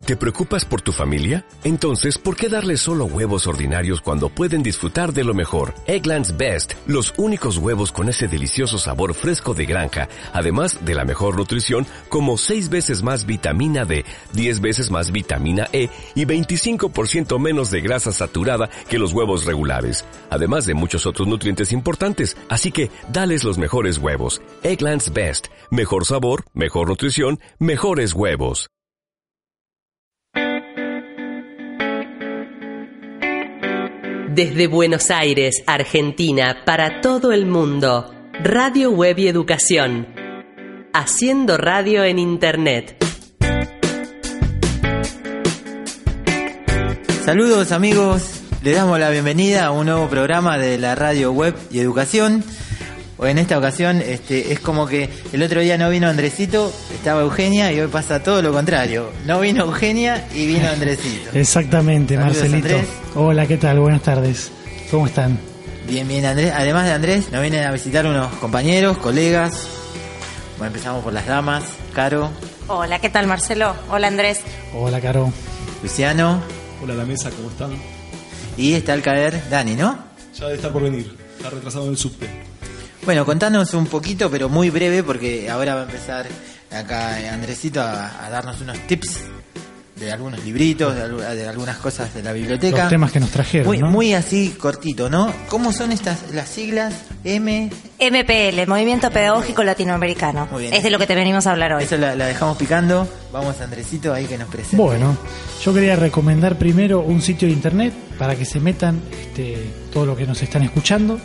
¿Te preocupas por tu familia? Entonces, ¿por qué darles solo huevos ordinarios cuando pueden disfrutar de lo mejor? Eggland's Best, los únicos huevos con ese delicioso sabor fresco de granja, además de la mejor nutrición, como 6 veces más vitamina D, 10 veces más vitamina E y 25% menos de grasa saturada que los huevos regulares, además de muchos otros nutrientes importantes. Así que, dales los mejores huevos. Eggland's Best, mejor sabor, mejor nutrición, mejores huevos. Desde Buenos Aires, Argentina, para todo el mundo, Radio Web y Educación. Haciendo radio en Internet. Saludos amigos, les damos la bienvenida a un nuevo programa de la Radio Web y Educación. En esta ocasión es como que el otro día no vino Andresito, estaba Eugenia, y hoy pasa todo lo contrario. No vino Eugenia y vino Andresito. Exactamente. Saludos, Marcelito. Andrés. Hola, ¿qué tal? Buenas tardes. ¿Cómo están? Bien, Andrés. Además de Andrés, nos vienen a visitar unos compañeros, colegas. Bueno, empezamos por las damas. Caro. Hola, ¿qué tal, Marcelo? Hola, Andrés. Hola, Caro. Luciano. Hola a la mesa, ¿cómo están? Y está al caer Dani, ¿no? Ya debe estar por venir, está retrasado en el subte. Bueno, contanos un poquito, pero muy breve, porque ahora va a empezar acá Andresito a darnos unos tips de algunos libritos, de algunas cosas de la biblioteca. Los temas que nos trajeron, ¿no? Muy así cortito, ¿no? ¿Cómo son las siglas? MPL, Movimiento Pedagógico Latinoamericano. Muy bien. Es de lo que te venimos a hablar hoy. Eso la dejamos picando. Vamos, Andresito, ahí que nos presente. Bueno, yo quería recomendar primero un sitio de internet para que se metan todo lo que nos están escuchando.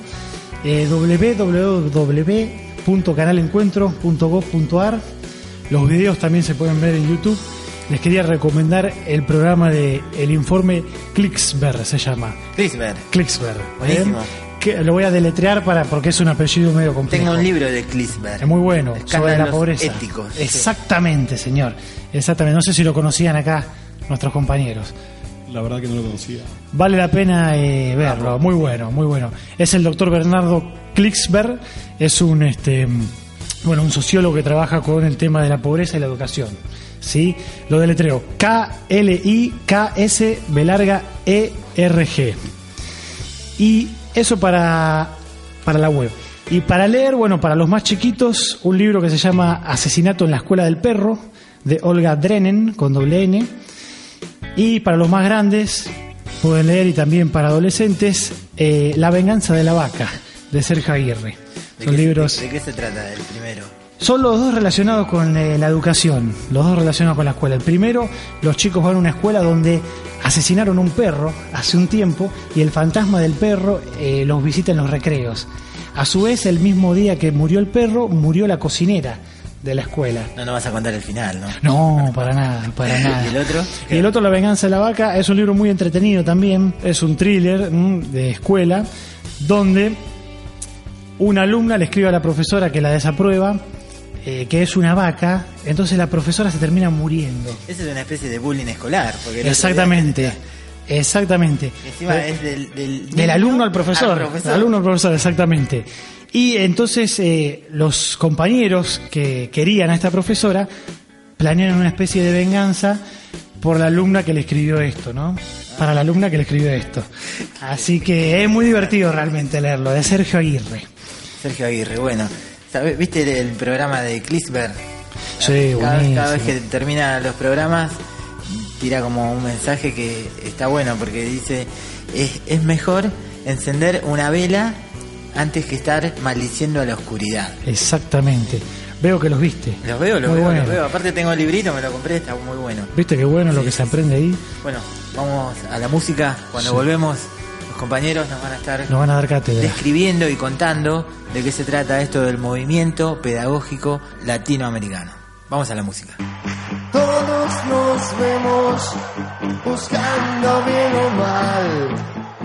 www.canalencuentro.gov.ar. Los videos también se pueden ver en YouTube. Les quería recomendar el programa de el informe Klicksberg, se llama. Klicksberg. Buenísimo. Que lo voy a deletrear porque es un apellido medio complejo. Tengo un libro de Klicksberg. Es muy bueno, sobre la pobreza. Éticos. Exactamente, señor. Exactamente. No sé si lo conocían acá nuestros compañeros. La verdad que no lo conocía. Vale la pena verlo, muy bueno, muy bueno. Es el doctor Bernardo Klicksberg, es un sociólogo que trabaja con el tema de la pobreza y la educación. ¿Sí? Lo deletreo: KLIKSBERG. Y eso para la web. Y para leer, para los más chiquitos, un libro que se llama Asesinato en la Escuela del Perro, de Olga Drennen, con doble N. Y para los más grandes pueden leer, y también para adolescentes, La venganza de la vaca, de Sergio Aguirre. Son libros. ¿De qué se trata el primero? Son los dos relacionados con la educación, los dos relacionados con la escuela. El primero, los chicos van a una escuela donde asesinaron un perro hace un tiempo y el fantasma del perro los visita en los recreos. A su vez, el mismo día que murió el perro, murió la cocinera de la escuela. No vas a contar el final, ¿no? No, para nada. ¿Y el otro? Y el otro, La venganza de la vaca, es un libro muy entretenido también. Es un thriller de escuela donde una alumna le escribe a la profesora que la desaprueba, que es una vaca. Entonces la profesora se termina muriendo. Eso es una especie de bullying escolar. Porque Exactamente. Encima es del alumno al profesor. Del alumno al profesor, exactamente. Y entonces los compañeros que querían a esta profesora planearon una especie de venganza por la alumna que le escribió esto, ¿no? Para la alumna que le escribió esto. Así que es muy divertido realmente leerlo, de Sergio Aguirre. Bueno. ¿Viste el programa de Klicksberg? Sí, buenísimo. Cada vez que termina los programas tira como un mensaje que está bueno, porque dice: es mejor encender una vela antes que estar maldiciendo a la oscuridad. Exactamente. Veo que los viste. Los veo. Aparte tengo el librito, me lo compré, está muy bueno. ¿Viste qué bueno lo que se aprende ahí? Bueno, vamos a la música. Cuando volvemos, los compañeros nos van a dar cátedra, describiendo y contando de qué se trata esto del movimiento pedagógico latinoamericano. Vamos a la música. Todos nos vemos buscando bien o mal.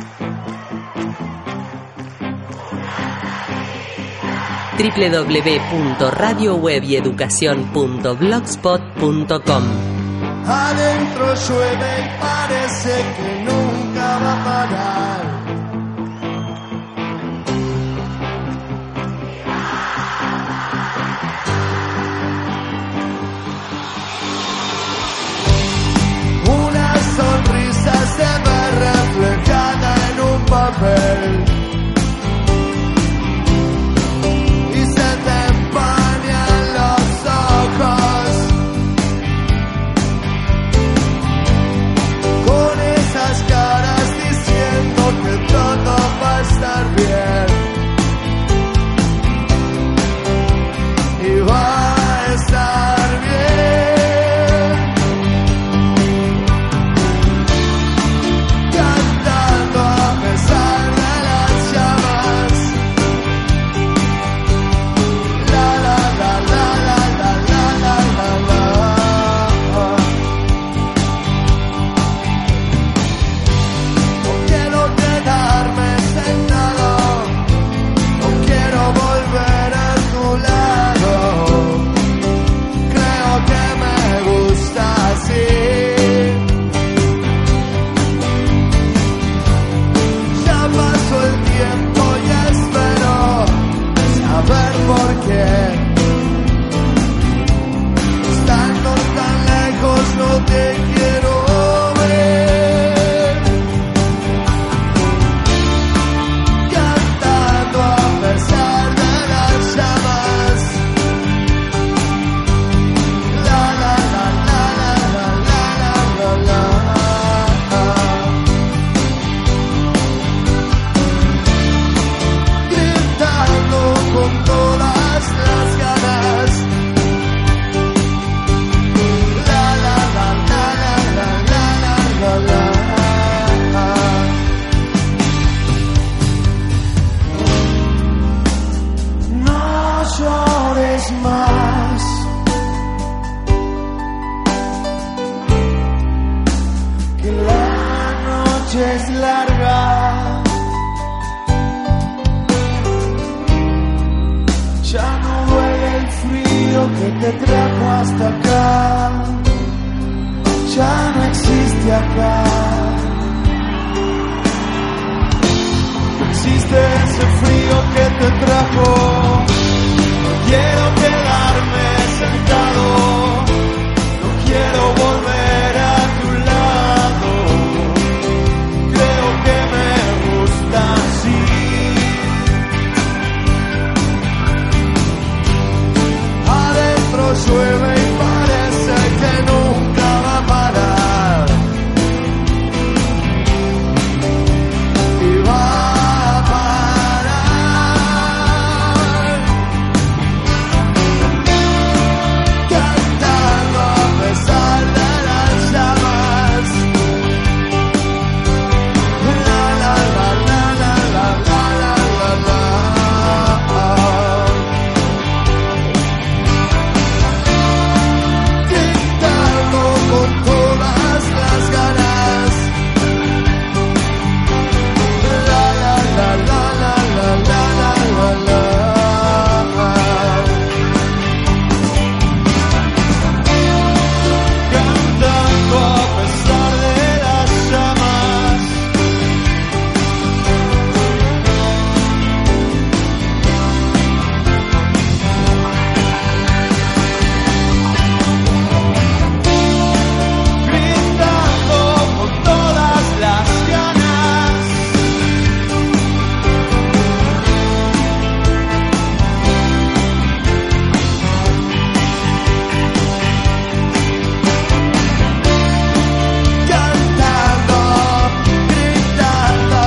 www.radiowebeducacion.blogspot.com. Adentro llueve y parece que nunca va a parar. noche es larga, ya no duele el frío que te trajo hasta acá, ya no existe acá. No existe ese frío que te trajo. No quiero quedarme sentado, no quiero volver a tu lado. Creo que me gusta así. Adentro llueve y parece que nunca va a parar. Y va a parar. Cantando a pesar de las llamas. La la la la la la la la la. Gritando con todas las ganas. La la la la la la la la la. Cantando a pesar de las llamas. Gritando con todas las ganas. Cantando, gritando.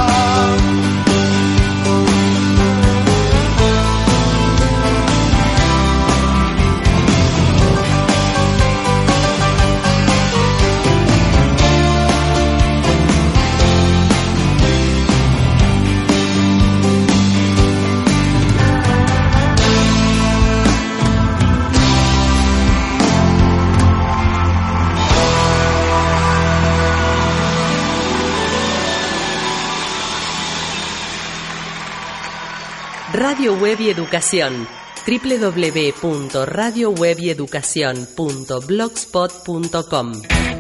Radio Web y Educación. www.radiowebeducacion.blogspot.com.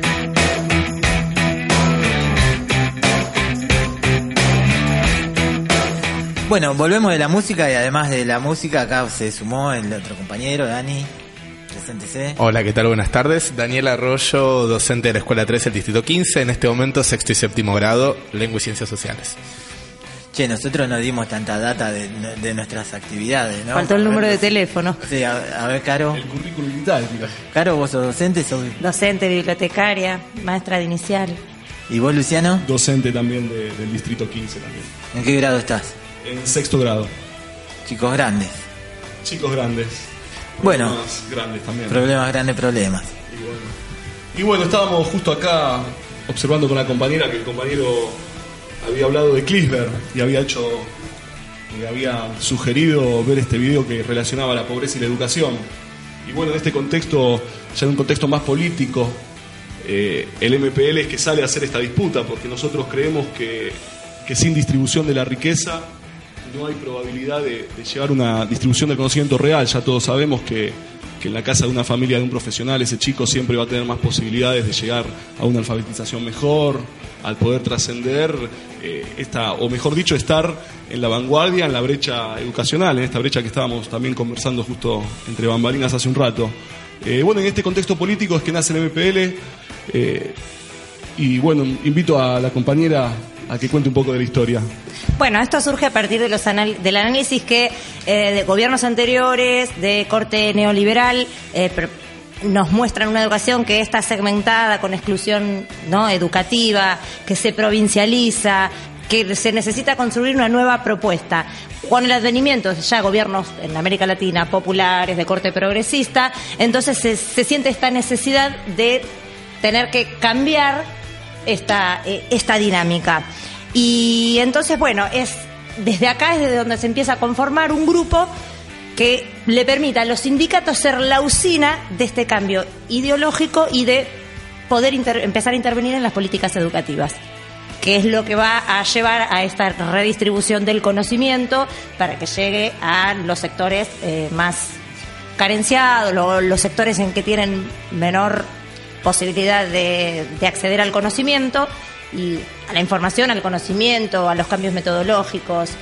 Bueno, volvemos de la música y además de la música acá se sumó el otro compañero, Dani. Preséntese. Hola, ¿qué tal? Buenas tardes. Daniel Arroyo, docente de la Escuela 3 del Distrito 15, en este momento sexto y séptimo grado, Lengua y Ciencias Sociales. Che, nosotros no dimos tanta data de nuestras actividades, ¿no? Faltó el número de teléfono. Sí, a ver, Caro. El currículum vital, mira. Caro, vos sos docente, Docente, bibliotecaria, maestra de inicial. ¿Y vos, Luciano? Docente también del Distrito 15 también. ¿En qué grado estás? En sexto grado. Chicos grandes. Chicos grandes. Bueno. Problemas grandes también. Problemas grandes, problemas. Y bueno, estábamos justo acá observando con la compañera que el compañero había hablado de Klisberg y había sugerido ver este video que relacionaba la pobreza y la educación. Y bueno, en este contexto, ya en un contexto más político, el MPL es que sale a hacer esta disputa, porque nosotros creemos que sin distribución de la riqueza no hay probabilidad de llevar a una distribución del conocimiento real. Ya todos sabemos que en la casa de una familia de un profesional ese chico siempre va a tener más posibilidades de llegar a una alfabetización mejor, al poder trascender o mejor dicho, estar en la vanguardia, en la brecha educacional, en esta brecha que estábamos también conversando justo entre bambalinas hace un rato. Bueno, en este contexto político es que nace el MPL y bueno, invito a la compañera a que cuente un poco de la historia. Bueno, esto surge a partir de del análisis que de gobiernos anteriores, de corte neoliberal, nos muestran una educación que está segmentada con exclusión, ¿no?, educativa, que se provincializa, que se necesita construir una nueva propuesta. Con el advenimiento de ya gobiernos en América Latina populares, de corte progresista, entonces se siente esta necesidad de tener que cambiar esta dinámica. Y entonces, bueno, desde acá es desde donde se empieza a conformar un grupo que le permita a los sindicatos ser la usina de este cambio ideológico y de poder empezar a intervenir en las políticas educativas. que es lo que va a llevar a esta redistribución del conocimiento para que llegue a los sectores más carenciados, los sectores en que tienen menor posibilidad de acceder al conocimiento y a la información, al conocimiento, a los cambios metodológicos.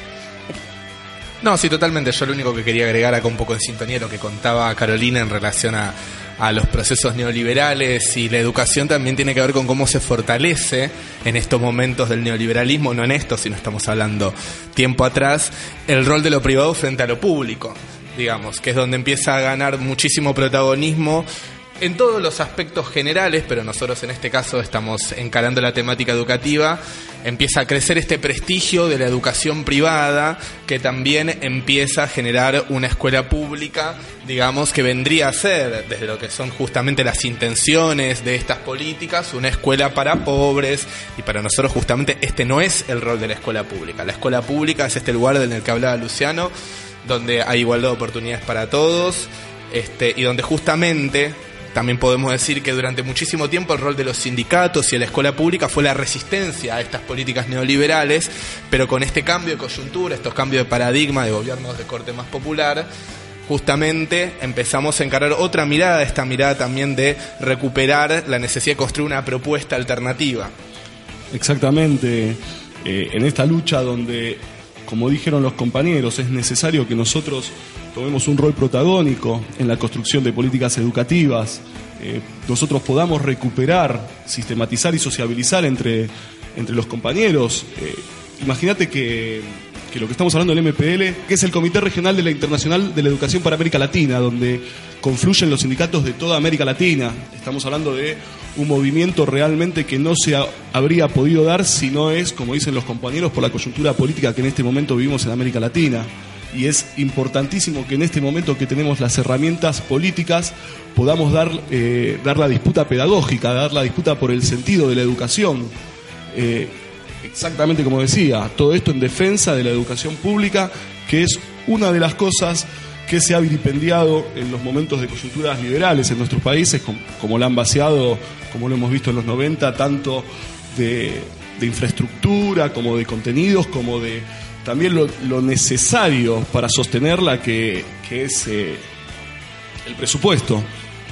No, sí, totalmente. Yo lo único que quería agregar acá un poco de sintonía a lo que contaba Carolina en relación a los procesos neoliberales, y la educación también tiene que ver con cómo se fortalece en estos momentos del neoliberalismo, no en esto, sino estamos hablando tiempo atrás, el rol de lo privado frente a lo público, digamos, que es donde empieza a ganar muchísimo protagonismo en todos los aspectos generales, pero nosotros en este caso estamos encarando la temática educativa. Empieza a crecer este prestigio de la educación privada, que también empieza a generar una escuela pública, digamos, que vendría a ser, desde lo que son justamente las intenciones de estas políticas, una escuela para pobres, y para nosotros justamente este no es el rol de la escuela pública. La escuela pública es este lugar en el que hablaba Luciano, donde hay igualdad de oportunidades para todos, y donde justamente también podemos decir que durante muchísimo tiempo el rol de los sindicatos y de la escuela pública fue la resistencia a estas políticas neoliberales, pero con este cambio de coyuntura, estos cambios de paradigma de gobiernos de corte más popular, justamente empezamos a encarar otra mirada, esta mirada también de recuperar la necesidad de construir una propuesta alternativa. Exactamente, en esta lucha donde, como dijeron los compañeros, es necesario que nosotros tomemos un rol protagónico en la construcción de políticas educativas, nosotros podamos recuperar, sistematizar y sociabilizar entre los compañeros. Imagínate que lo que estamos hablando del MPL, que es el Comité Regional de la Internacional de la Educación para América Latina, donde confluyen los sindicatos de toda América Latina. Estamos hablando de un movimiento realmente que no se habría podido dar si no es, como dicen los compañeros, por la coyuntura política que en este momento vivimos en América Latina. Y es importantísimo que en este momento que tenemos las herramientas políticas podamos dar la disputa pedagógica, dar la disputa por el sentido de la educación. Exactamente como decía, todo esto en defensa de la educación pública, que es una de las cosas que se ha vilipendiado en los momentos de coyunturas liberales en nuestros países, como la han vaciado, como lo hemos visto en los 90, tanto de infraestructura, como de contenidos, como de también lo necesario para sostenerla, que es el presupuesto.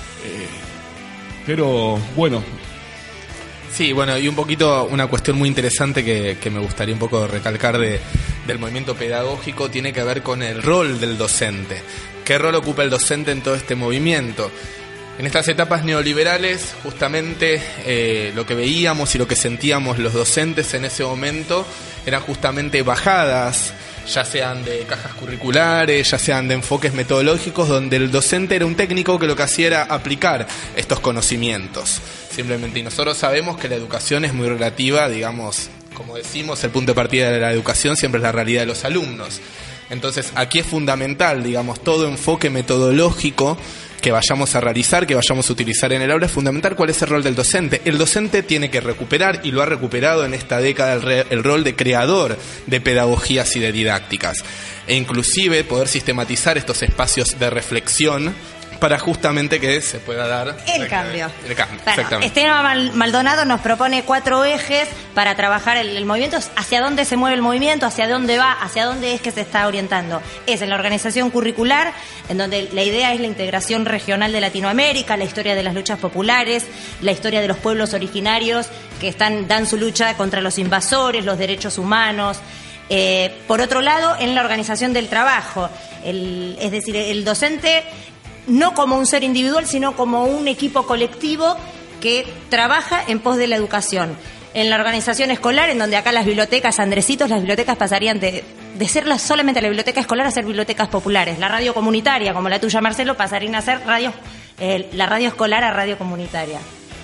Pero bueno. Sí, bueno, y un poquito una cuestión muy interesante que me gustaría un poco recalcar del movimiento pedagógico tiene que ver con el rol del docente. ¿Qué rol ocupa el docente en todo este movimiento? En estas etapas neoliberales, justamente lo que veíamos y lo que sentíamos los docentes en ese momento eran justamente bajadas, ya sean de cajas curriculares, ya sean de enfoques metodológicos, donde el docente era un técnico que lo que hacía era aplicar estos conocimientos, simplemente. Y nosotros sabemos que la educación es muy relativa, digamos, como decimos, el punto de partida de la educación siempre es la realidad de los alumnos. Entonces, aquí es fundamental, digamos, todo enfoque metodológico que vayamos a realizar, que vayamos a utilizar en el aula, es fundamental cuál es el rol del docente. El docente tiene que recuperar, y lo ha recuperado en esta década, el rol de creador de pedagogías y de didácticas, e inclusive poder sistematizar estos espacios de reflexión para justamente que se pueda dar el cambio. Exactamente. Esteban Maldonado nos propone 4 ejes para trabajar el movimiento, hacia dónde se mueve el movimiento, hacia dónde va, hacia dónde es que se está orientando. Es en la organización curricular, en donde la idea es la integración regional de Latinoamérica, la historia de las luchas populares, la historia de los pueblos originarios que dan su lucha contra los invasores, los derechos humanos. Por otro lado, en la organización del trabajo, es decir, el docente no como un ser individual, sino como un equipo colectivo que trabaja en pos de la educación. En la organización escolar, en donde acá las bibliotecas, Andresitos, las bibliotecas pasarían de ser solamente la biblioteca escolar a ser bibliotecas populares. La radio comunitaria, como la tuya, Marcelo, pasarían a ser la radio escolar a radio comunitaria.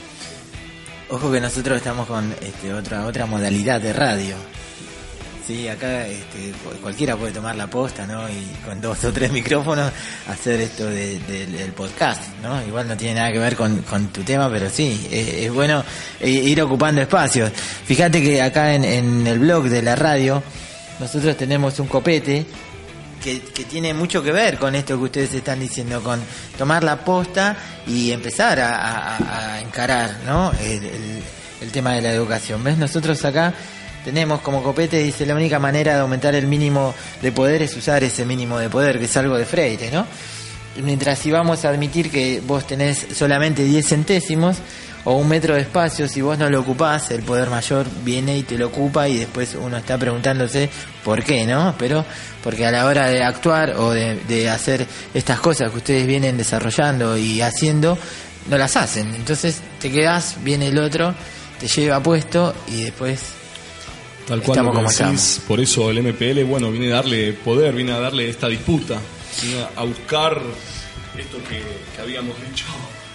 Ojo que nosotros estamos con otra modalidad de radio. Sí, acá cualquiera puede tomar la posta, ¿no? Y con 2 o 3 micrófonos hacer esto del podcast, ¿no? Igual no tiene nada que ver con tu tema, pero sí, es bueno ir ocupando espacios. Fíjate que acá en el blog de la radio nosotros tenemos un copete que tiene mucho que ver con esto que ustedes están diciendo, con tomar la posta y empezar a encarar, ¿no? el tema de la educación. ¿Ves? Nosotros acá tenemos como Copete, dice, la única manera de aumentar el mínimo de poder es usar ese mínimo de poder, que es algo de Freire, ¿no? Mientras si vamos a admitir que vos tenés solamente 10 centésimos o 1 metro de espacio, si vos no lo ocupás, el poder mayor viene y te lo ocupa, y después uno está preguntándose por qué, ¿no? Pero porque a la hora de actuar o de hacer estas cosas que ustedes vienen desarrollando y haciendo, no las hacen. Entonces te quedás, viene el otro, te lleva puesto y después tal cual estamos como decís. estamos. Por eso el MPL, bueno, viene a darle poder, viene a darle esta disputa, viene a buscar esto que habíamos dicho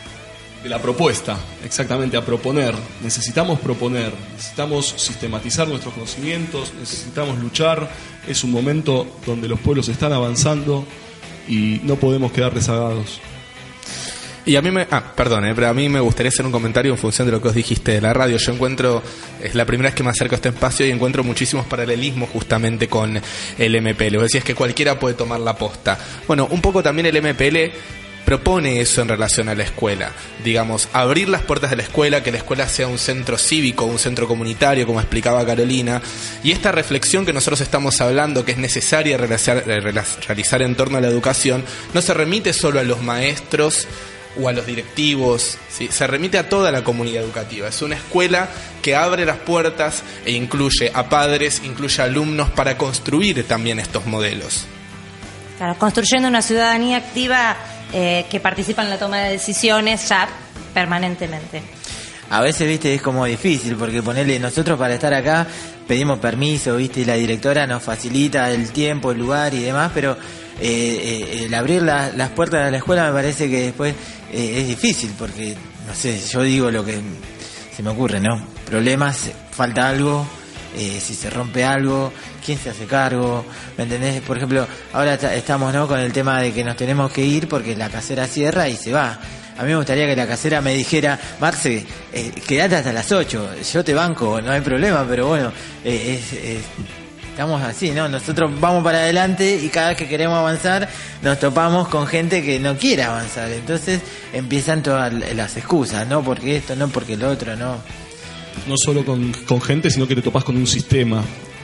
de la propuesta, exactamente, a proponer. Necesitamos proponer, necesitamos sistematizar nuestros conocimientos, necesitamos luchar. Es un momento donde los pueblos están avanzando y no podemos quedar rezagados. Y a mí pero a mí me gustaría hacer un comentario en función de lo que os dijiste de la radio. Yo encuentro, es la primera vez que me acerco a este espacio y encuentro muchísimos paralelismos justamente con el MPL. Vos decías que cualquiera puede tomar la posta. Bueno, un poco también el MPL propone eso en relación a la escuela, digamos, abrir las puertas de la escuela, que la escuela sea un centro cívico, un centro comunitario, como explicaba Carolina, y esta reflexión que nosotros estamos hablando, que es necesaria realizar en torno a la educación, no se remite solo a los maestros o a los directivos, ¿sí? Se remite a toda la comunidad educativa. Es una escuela que abre las puertas e incluye a padres, incluye a alumnos para construir también estos modelos. Claro, construyendo una ciudadanía activa que participa en la toma de decisiones ya permanentemente. A veces, viste, es como difícil, porque ponerle, nosotros para estar acá pedimos permiso, viste, y la directora nos facilita el tiempo, el lugar y demás, pero el abrir las puertas de la escuela me parece que después es difícil, porque, no sé, yo digo lo que se me ocurre, ¿no? Problemas, falta algo, si se rompe algo, ¿quién se hace cargo? ¿Me entendés? Por ejemplo, ahora estamos, ¿no?, con el tema de que nos tenemos que ir porque la casera cierra y se va. A mí me gustaría que la casera me dijera, Marce, quedate hasta las 8, yo te banco, no hay problema, pero bueno, estamos así, ¿no? Nosotros vamos para adelante y cada vez que queremos avanzar nos topamos con gente que no quiere avanzar. Entonces empiezan todas las excusas, ¿no? Porque esto, no porque lo otro, ¿no? No solo con gente, sino que te topás con un sistema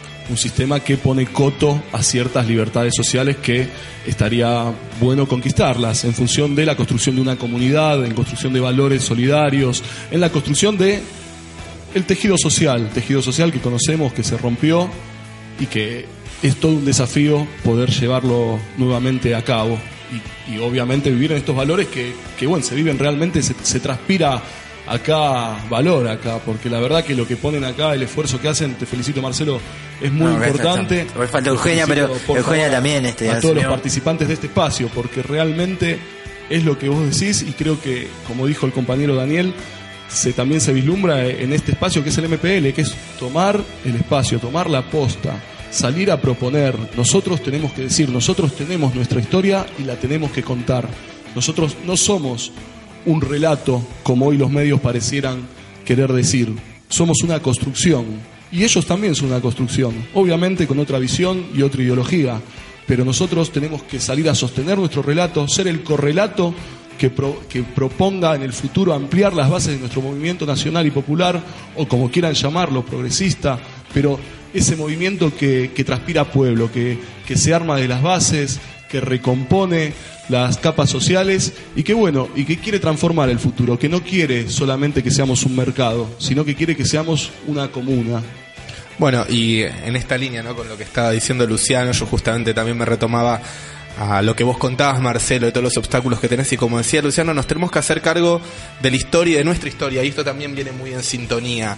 que pone coto a ciertas libertades sociales que estaría bueno conquistarlas en función de la construcción de una comunidad, en construcción de valores solidarios, en la construcción de el tejido social que conocemos, que se rompió y que es todo un desafío poder llevarlo nuevamente a cabo y obviamente vivir en estos valores que bueno, se viven realmente, se transpira acá valor acá, porque la verdad que lo que ponen acá, el esfuerzo que hacen, te felicito Marcelo, es muy importante. Hoy falta Eugenia, pero Eugenia también a todos los participantes de este espacio, porque realmente es lo que vos decís y creo que, como dijo el compañero Daniel, también se vislumbra en este espacio que es el MPL, que es tomar el espacio, tomar la posta, salir a proponer. Nosotros tenemos que decir, nosotros tenemos nuestra historia y la tenemos que contar. Nosotros no somos un relato, como hoy los medios parecieran querer decir. Somos una construcción, y ellos también son una construcción, obviamente con otra visión y otra ideología, pero nosotros tenemos que salir a sostener nuestro relato, ser el correlato que proponga en el futuro ampliar las bases de nuestro movimiento nacional y popular, o como quieran llamarlo, progresista, pero ese movimiento que transpira pueblo, que se arma de las bases, que recompone las capas sociales y que bueno, y que quiere transformar el futuro, que no quiere solamente que seamos un mercado, sino que quiere que seamos una comuna. Bueno, y en esta línea, ¿no?, con lo que estaba diciendo Luciano, yo justamente también me retomaba a lo que vos contabas, Marcelo, de todos los obstáculos que tenés, y como decía Luciano, nos tenemos que hacer cargo de la historia, de nuestra historia, y esto también viene muy en sintonía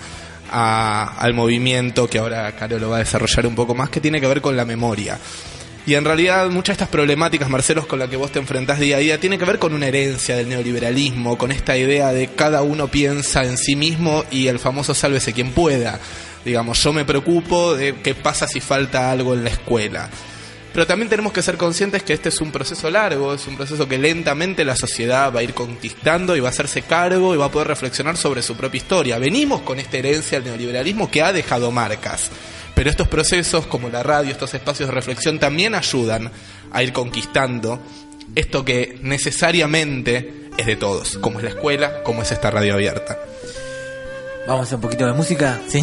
al movimiento que ahora Caro lo va a desarrollar un poco más, que tiene que ver con la memoria. Y en realidad muchas de estas problemáticas, Marcelo, con las que vos te enfrentás día a día, tienen que ver con una herencia del neoliberalismo, con esta idea de cada uno piensa en sí mismo y el famoso sálvese quien pueda. Digamos, yo me preocupo de qué pasa si falta algo en la escuela. Pero también tenemos que ser conscientes que este es un proceso largo, es un proceso que lentamente la sociedad va a ir conquistando y va a hacerse cargo y va a poder reflexionar sobre su propia historia. Venimos con esta herencia del neoliberalismo que ha dejado marcas. Pero estos procesos, como la radio, estos espacios de reflexión, también ayudan a ir conquistando esto que necesariamente es de todos, como es la escuela, como es esta radio abierta. Vamos a un poquito de música, ¿sí?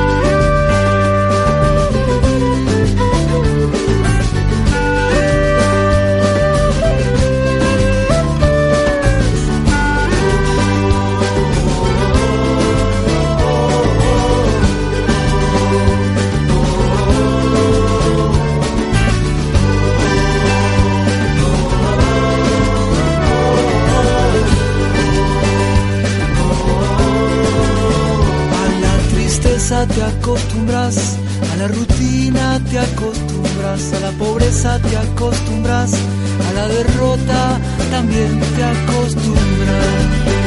Te acostumbras, a la rutina te acostumbras, a la pobreza te acostumbras, a la derrota también te acostumbras,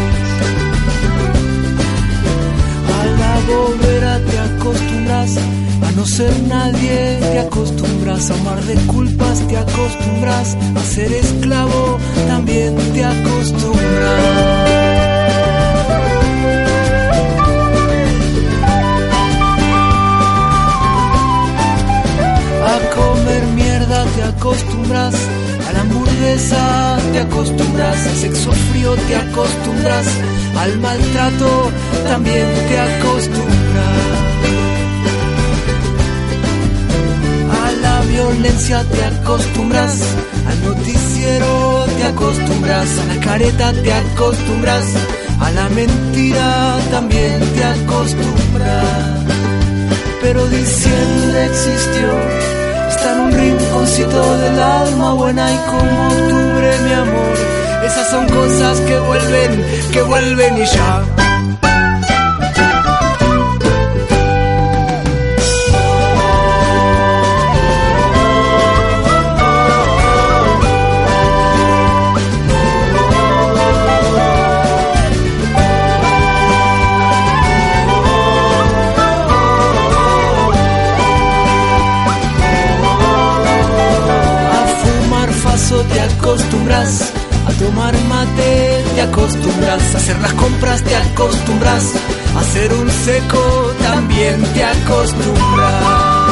a la bobera te acostumbras, a no ser nadie te acostumbras, a un mar de culpas te acostumbras, a ser esclavo también te acostumbras. Te acostumbras, a la hamburguesa te acostumbras, al sexo frío te acostumbras, al maltrato también te acostumbras, a la violencia te acostumbras, al noticiero te acostumbras, a la careta te acostumbras, a la mentira también te acostumbras. Pero diciembre existió, está en un rinconcito del alma buena y como octubre, mi amor, esas son cosas que vuelven y ya. Te acostumbras, a tomar mate te acostumbras, a hacer las compras te acostumbras, a hacer un seco también te acostumbras,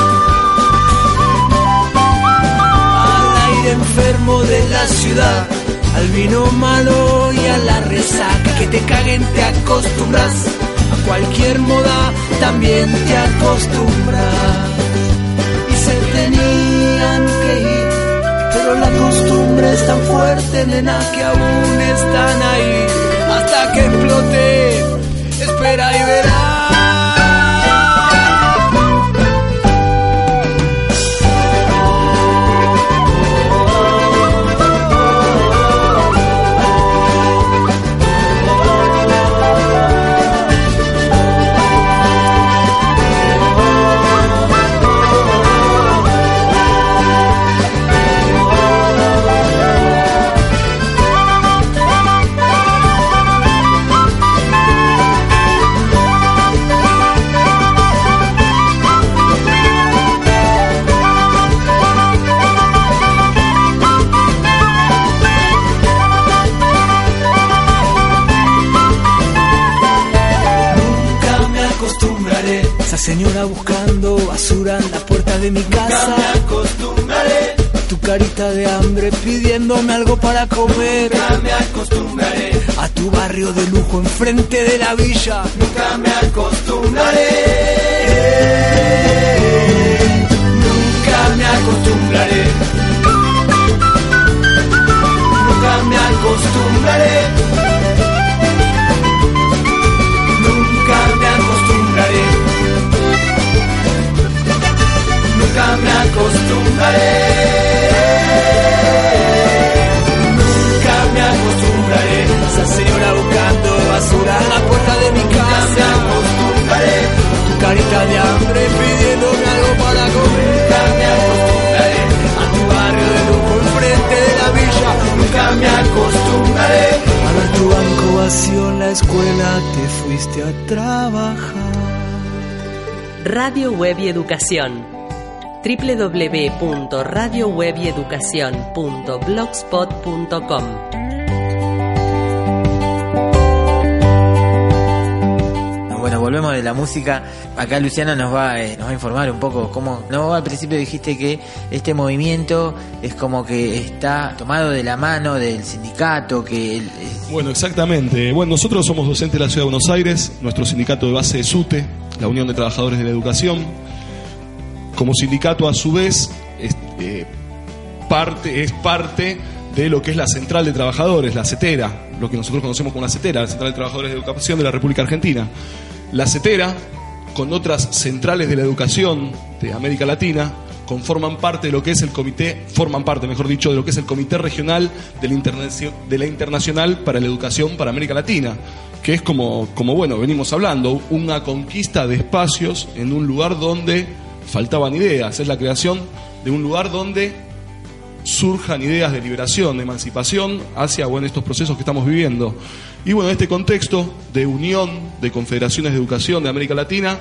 al aire enfermo de la ciudad, al vino malo y a la resaca, que te caguen te acostumbras, a cualquier moda también te acostumbras, y se tenían que ir, pero la costumbre es tan fuerte, nena, que aún están ahí. Hasta que explote, espera y verás. Esa señora buscando basura en la puerta de mi casa. Nunca me acostumbraré. Tu carita de hambre pidiéndome algo para comer. Nunca me acostumbraré. A tu barrio de lujo enfrente de la villa. Nunca me acostumbraré. Nunca me acostumbraré. Nunca me acostumbraré. Nunca me acostumbraré. Nunca me acostumbraré. Nunca me acostumbraré. Esa señora buscando basura en la puerta de mi casa. Nunca me acostumbraré. Tu carita de hambre pidiéndome algo para comer. Nunca me acostumbraré. A tu barrio de lujo enfrente de la villa. Nunca me acostumbraré. A ver tu banco vacío en la escuela, te fuiste a trabajar. Radio Web y Educación. www.radiowebeducacion.blogspot.com. volvemos de la música, acá Luciano nos va a informar un poco cómo... No, al principio dijiste que este movimiento es como que está tomado de la mano del sindicato, que... Bueno, exactamente. Bueno, nosotros somos docentes de la Ciudad de Buenos Aires, nuestro sindicato de base es UTE, la Unión de Trabajadores de la Educación. Como sindicato, a su vez, es parte de lo que es la Central de Trabajadores, la CETERA, lo que nosotros conocemos como la CETERA, la Central de Trabajadores de Educación de la República Argentina. La CETERA, con otras centrales de la educación de América Latina, forman parte de lo que es el comité, de lo que es el Comité Regional de la Internacional para la Educación para América Latina, que es como bueno, venimos hablando, una conquista de espacios en un lugar donde faltaban ideas, es la creación de un lugar donde surjan ideas de liberación, de emancipación hacia estos procesos que estamos viviendo. Y bueno, en este contexto de unión de confederaciones de educación de América Latina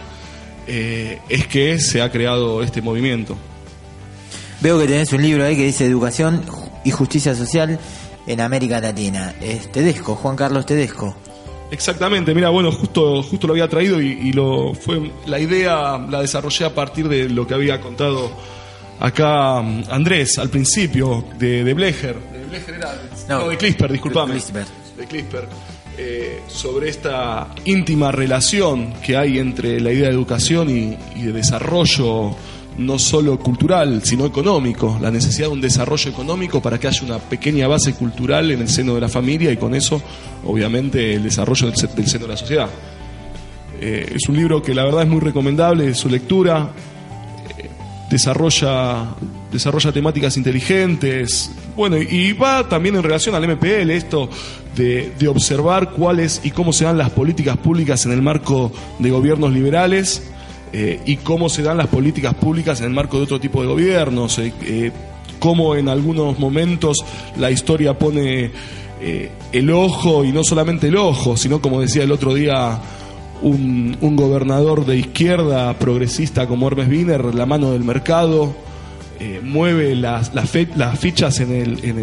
es que se ha creado este movimiento. Veo que tenés un libro ahí que dice Educación y Justicia Social en América Latina. Es Tedesco, Juan Carlos Tedesco. Exactamente, mira, bueno, justo lo había traído y la idea la desarrollé a partir de lo que había contado acá Andrés al principio de Blecher. De Blecher de Clisper, disculpame. De Clisper. Sobre esta íntima relación que hay entre la idea de educación y de desarrollo no solo cultural, sino económico, la necesidad de un desarrollo económico para que haya una pequeña base cultural en el seno de la familia y con eso, obviamente, el desarrollo del seno de la sociedad. Es un libro que la verdad es muy recomendable, su lectura, desarrolla temáticas inteligentes, y va también en relación al MPL, esto de observar cuáles y cómo se dan las políticas públicas en el marco de gobiernos liberales, y cómo se dan las políticas públicas en el marco de otro tipo de gobiernos, cómo en algunos momentos la historia pone el ojo, y no solamente el ojo, sino, como decía el otro día un gobernador de izquierda progresista como Hermes Wiener, la mano del mercado, mueve las fichas en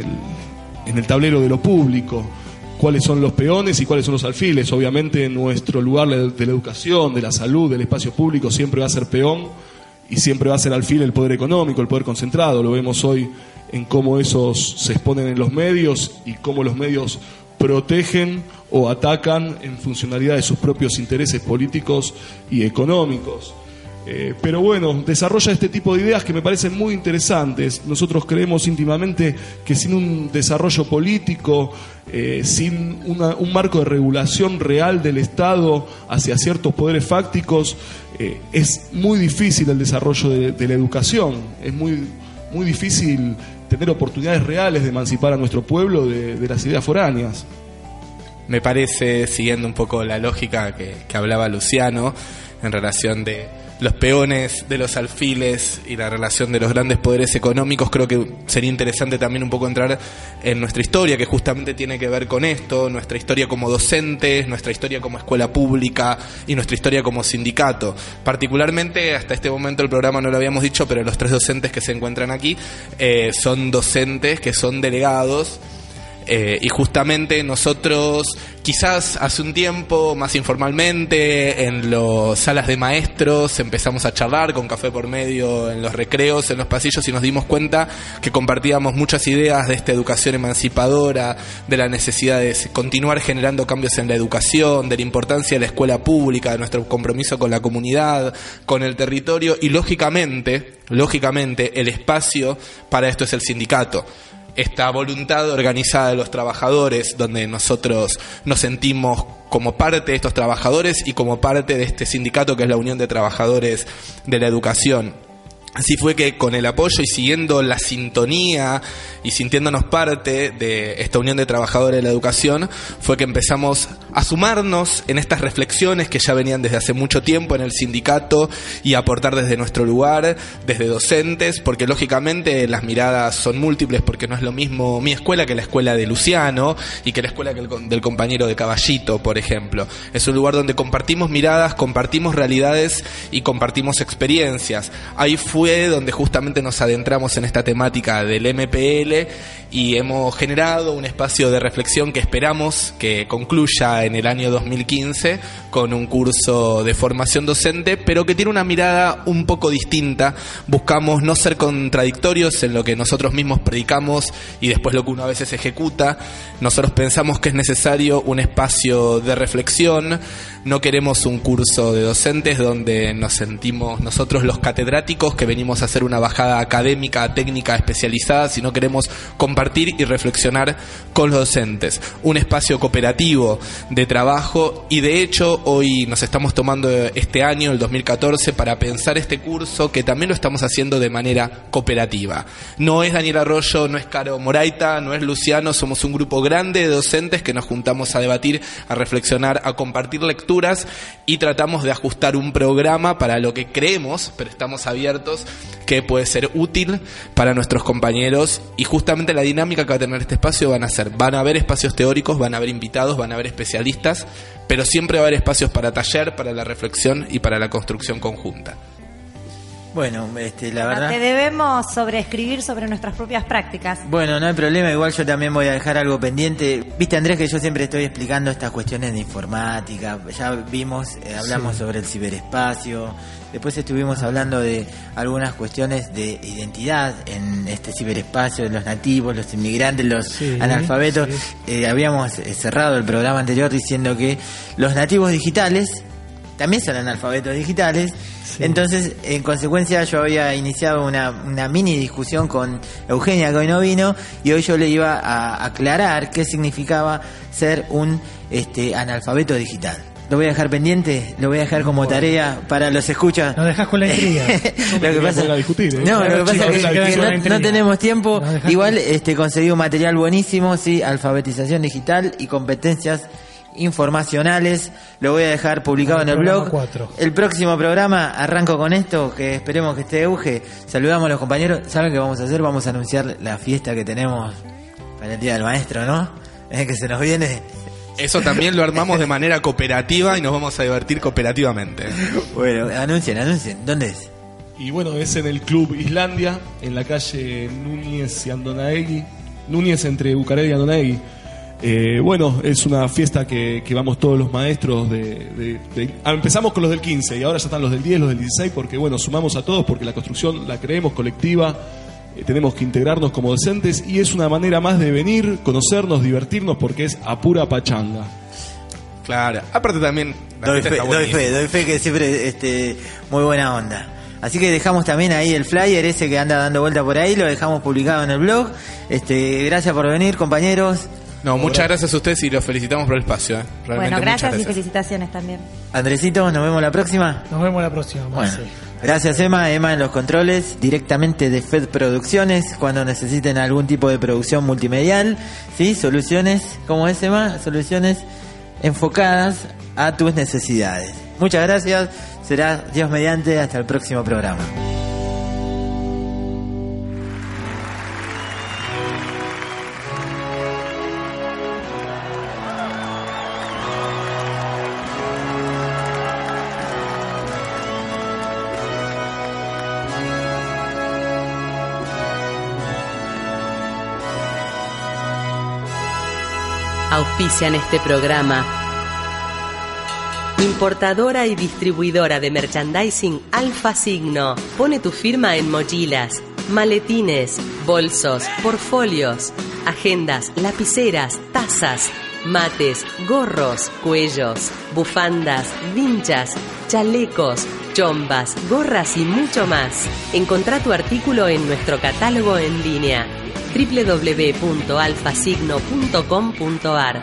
el tablero de lo público. Cuáles son los peones y cuáles son los alfiles. Obviamente nuestro lugar de la educación, de la salud, del espacio público siempre va a ser peón y siempre va a ser alfil el poder económico, el poder concentrado. Lo vemos hoy en cómo esos se exponen en los medios y cómo los medios protegen o atacan en funcionalidad de sus propios intereses políticos y económicos. Pero bueno, desarrolla este tipo de ideas que me parecen muy interesantes. Nosotros creemos íntimamente que sin un desarrollo político, sin un marco de regulación real del Estado hacia ciertos poderes fácticos, es muy difícil el desarrollo de la educación. Es muy, muy difícil tener oportunidades reales de emancipar a nuestro pueblo de las ideas foráneas. Me parece, siguiendo un poco la lógica que hablaba Luciano en relación de los peones, de los alfiles y la relación de los grandes poderes económicos, creo que sería interesante también un poco entrar en nuestra historia, que justamente tiene que ver con esto, nuestra historia como docentes, nuestra historia como escuela pública y nuestra historia como sindicato. Particularmente, hasta este momento el programa no lo habíamos dicho, pero los 3 docentes que se encuentran aquí son docentes que son delegados. Y justamente nosotros, quizás hace un tiempo, más informalmente, en las salas de maestros, empezamos a charlar con café por medio, en los recreos, en los pasillos, y nos dimos cuenta que compartíamos muchas ideas de esta educación emancipadora, de la necesidad de continuar generando cambios en la educación, de la importancia de la escuela pública, de nuestro compromiso con la comunidad, con el territorio, y lógicamente, el espacio para esto es el sindicato. Esta voluntad organizada de los trabajadores, donde nosotros nos sentimos como parte de estos trabajadores y como parte de este sindicato que es la Unión de Trabajadores de la Educación. Así fue que con el apoyo y siguiendo la sintonía y sintiéndonos parte de esta Unión de Trabajadores de la Educación, fue que empezamos a sumarnos en estas reflexiones que ya venían desde hace mucho tiempo en el sindicato y aportar desde nuestro lugar, desde docentes, porque lógicamente las miradas son múltiples, porque no es lo mismo mi escuela que la escuela de Luciano y que la escuela del compañero de Caballito, por ejemplo. Es un lugar donde compartimos miradas, compartimos realidades y compartimos experiencias. Ahí fue donde justamente nos adentramos en esta temática del MPL y hemos generado un espacio de reflexión que esperamos que concluya en el año 2015 con un curso de formación docente, pero que tiene una mirada un poco distinta. Buscamos no ser contradictorios en lo que nosotros mismos predicamos y después lo que uno a veces ejecuta. Nosotros pensamos que es necesario un espacio de reflexión. No queremos un curso de docentes donde nos sentimos nosotros los catedráticos que venimos a hacer una bajada académica, técnica, especializada, sino queremos compartir y reflexionar con los docentes. Un espacio cooperativo de trabajo, y de hecho hoy nos estamos tomando este año, el 2014, para pensar este curso, que también lo estamos haciendo de manera cooperativa. No es Daniel Arroyo, no es Caro Moraita, no es Luciano, somos un grupo grande de docentes que nos juntamos a debatir, a reflexionar, a compartir lecturas, y tratamos de ajustar un programa para lo que creemos, pero estamos abiertos, que puede ser útil para nuestros compañeros. Y justamente la dinámica que va a tener este espacio van a haber espacios teóricos, van a haber invitados, van a haber especialistas, pero siempre va a haber espacios para taller, para la reflexión y para la construcción conjunta. Bueno, la verdad... Te debemos sobreescribir sobre nuestras propias prácticas. Bueno, no hay problema, igual yo también voy a dejar algo pendiente. Viste, Andrés, que yo siempre estoy explicando estas cuestiones de informática. Ya vimos, hablamos sobre el ciberespacio. Después estuvimos hablando de algunas cuestiones de identidad en este ciberespacio, de los nativos, los inmigrantes, los analfabetos. Habíamos cerrado el programa anterior diciendo que los nativos digitales también son analfabetos digitales. Sí. Entonces, en consecuencia, yo había iniciado una mini discusión con Eugenia, que hoy no vino, y hoy yo le iba a aclarar qué significaba ser un analfabeto digital. Lo voy a dejar pendiente, lo voy a dejar como tarea para los escuchas. Nos dejas con la intriga. Lo que pasa es que no tenemos tiempo. Igual conseguí un material buenísimo, sí, alfabetización digital y competencias informacionales. Lo voy a dejar publicado en el blog. 4. El próximo programa arranco con esto, que esperemos que esté Euge. Saludamos a los compañeros. ¿Saben qué vamos a hacer? Vamos a anunciar la fiesta que tenemos para el Día del Maestro, ¿no? Es que se nos viene. Eso también lo armamos de manera cooperativa y nos vamos a divertir cooperativamente. Bueno, anuncien. ¿Dónde es? Y bueno, es en el Club Islandia, en la calle Núñez y Andonaegui. Núñez entre Bucareli y Andonaegui. Bueno, es una fiesta que vamos todos los maestros empezamos con los del 15 y ahora ya están los del 10, los del 16, porque bueno, sumamos a todos, porque la construcción la creemos colectiva, tenemos que integrarnos como docentes, y es una manera más de venir, conocernos, divertirnos, porque es a pura pachanga. Claro, aparte también doy fe que siempre muy buena onda. Así que dejamos también ahí el flyer ese que anda dando vuelta por ahí, lo dejamos publicado en el blog. Gracias por venir, compañeros. No, muchas gracias a ustedes y los felicitamos por el espacio. Bueno, gracias y felicitaciones también. Andresito, nos vemos la próxima. Nos vemos la próxima. Bueno, gracias Emma en los controles, directamente de FED Producciones, cuando necesiten algún tipo de producción multimedial, ¿sí? Soluciones, ¿cómo es Emma? Soluciones enfocadas a tus necesidades. Muchas gracias, será Dios mediante, hasta el próximo programa. Auspician este programa importadora y distribuidora de merchandising Alfa Signo. Pone tu firma en mochilas, maletines, bolsos, portfolios, agendas, lapiceras, tazas, mates, gorros, cuellos, bufandas, vinchas, chalecos, chombas, gorras y mucho más. Encontrá tu artículo en nuestro catálogo en línea www.alfasigno.com.ar.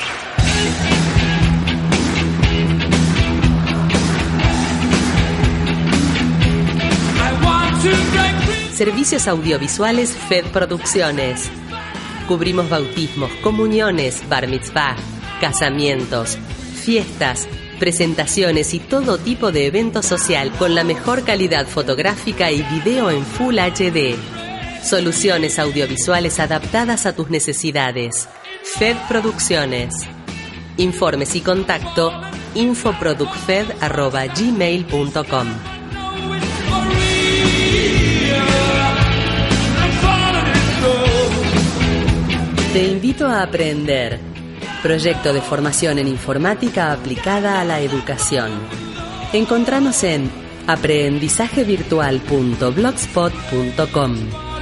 Servicios audiovisuales FED Producciones. Cubrimos bautismos, comuniones, bar mitzvah, casamientos, fiestas, presentaciones y todo tipo de evento social con la mejor calidad fotográfica y video en Full HD. Soluciones audiovisuales adaptadas a tus necesidades. FED Producciones. Informes y contacto infoproductfed@gmail.com. Te invito a aprender. Proyecto de formación en informática aplicada a la educación. Encontranos en aprendizajevirtual.blogspot.com.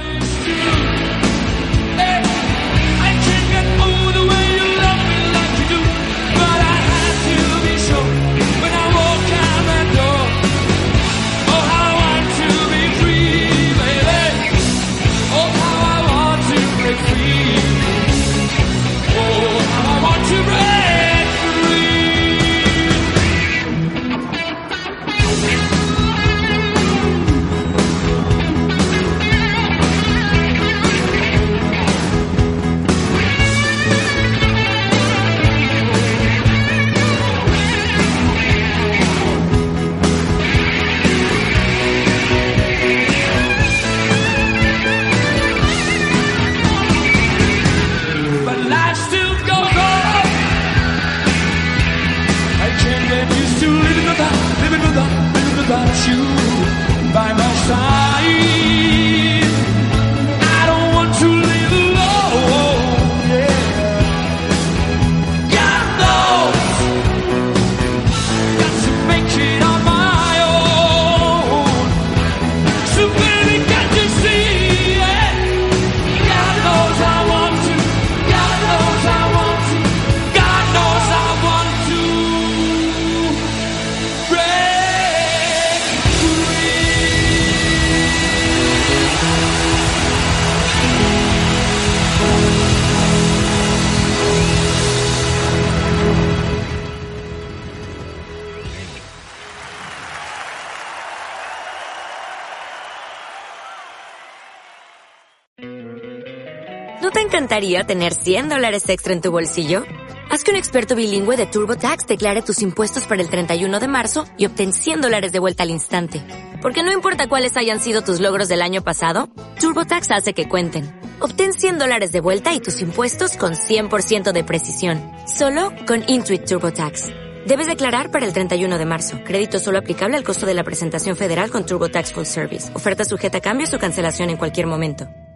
¿No te encantaría tener $100 extra en tu bolsillo? Haz que un experto bilingüe de TurboTax declare tus impuestos para el 31 de marzo y obtén $100 de vuelta al instante. Porque no importa cuáles hayan sido tus logros del año pasado, TurboTax hace que cuenten. Obtén $100 de vuelta y tus impuestos con 100% de precisión. Solo con Intuit TurboTax. Debes declarar para el 31 de marzo. Crédito solo aplicable al costo de la presentación federal con TurboTax Full Service. Oferta sujeta a cambios o cancelación en cualquier momento.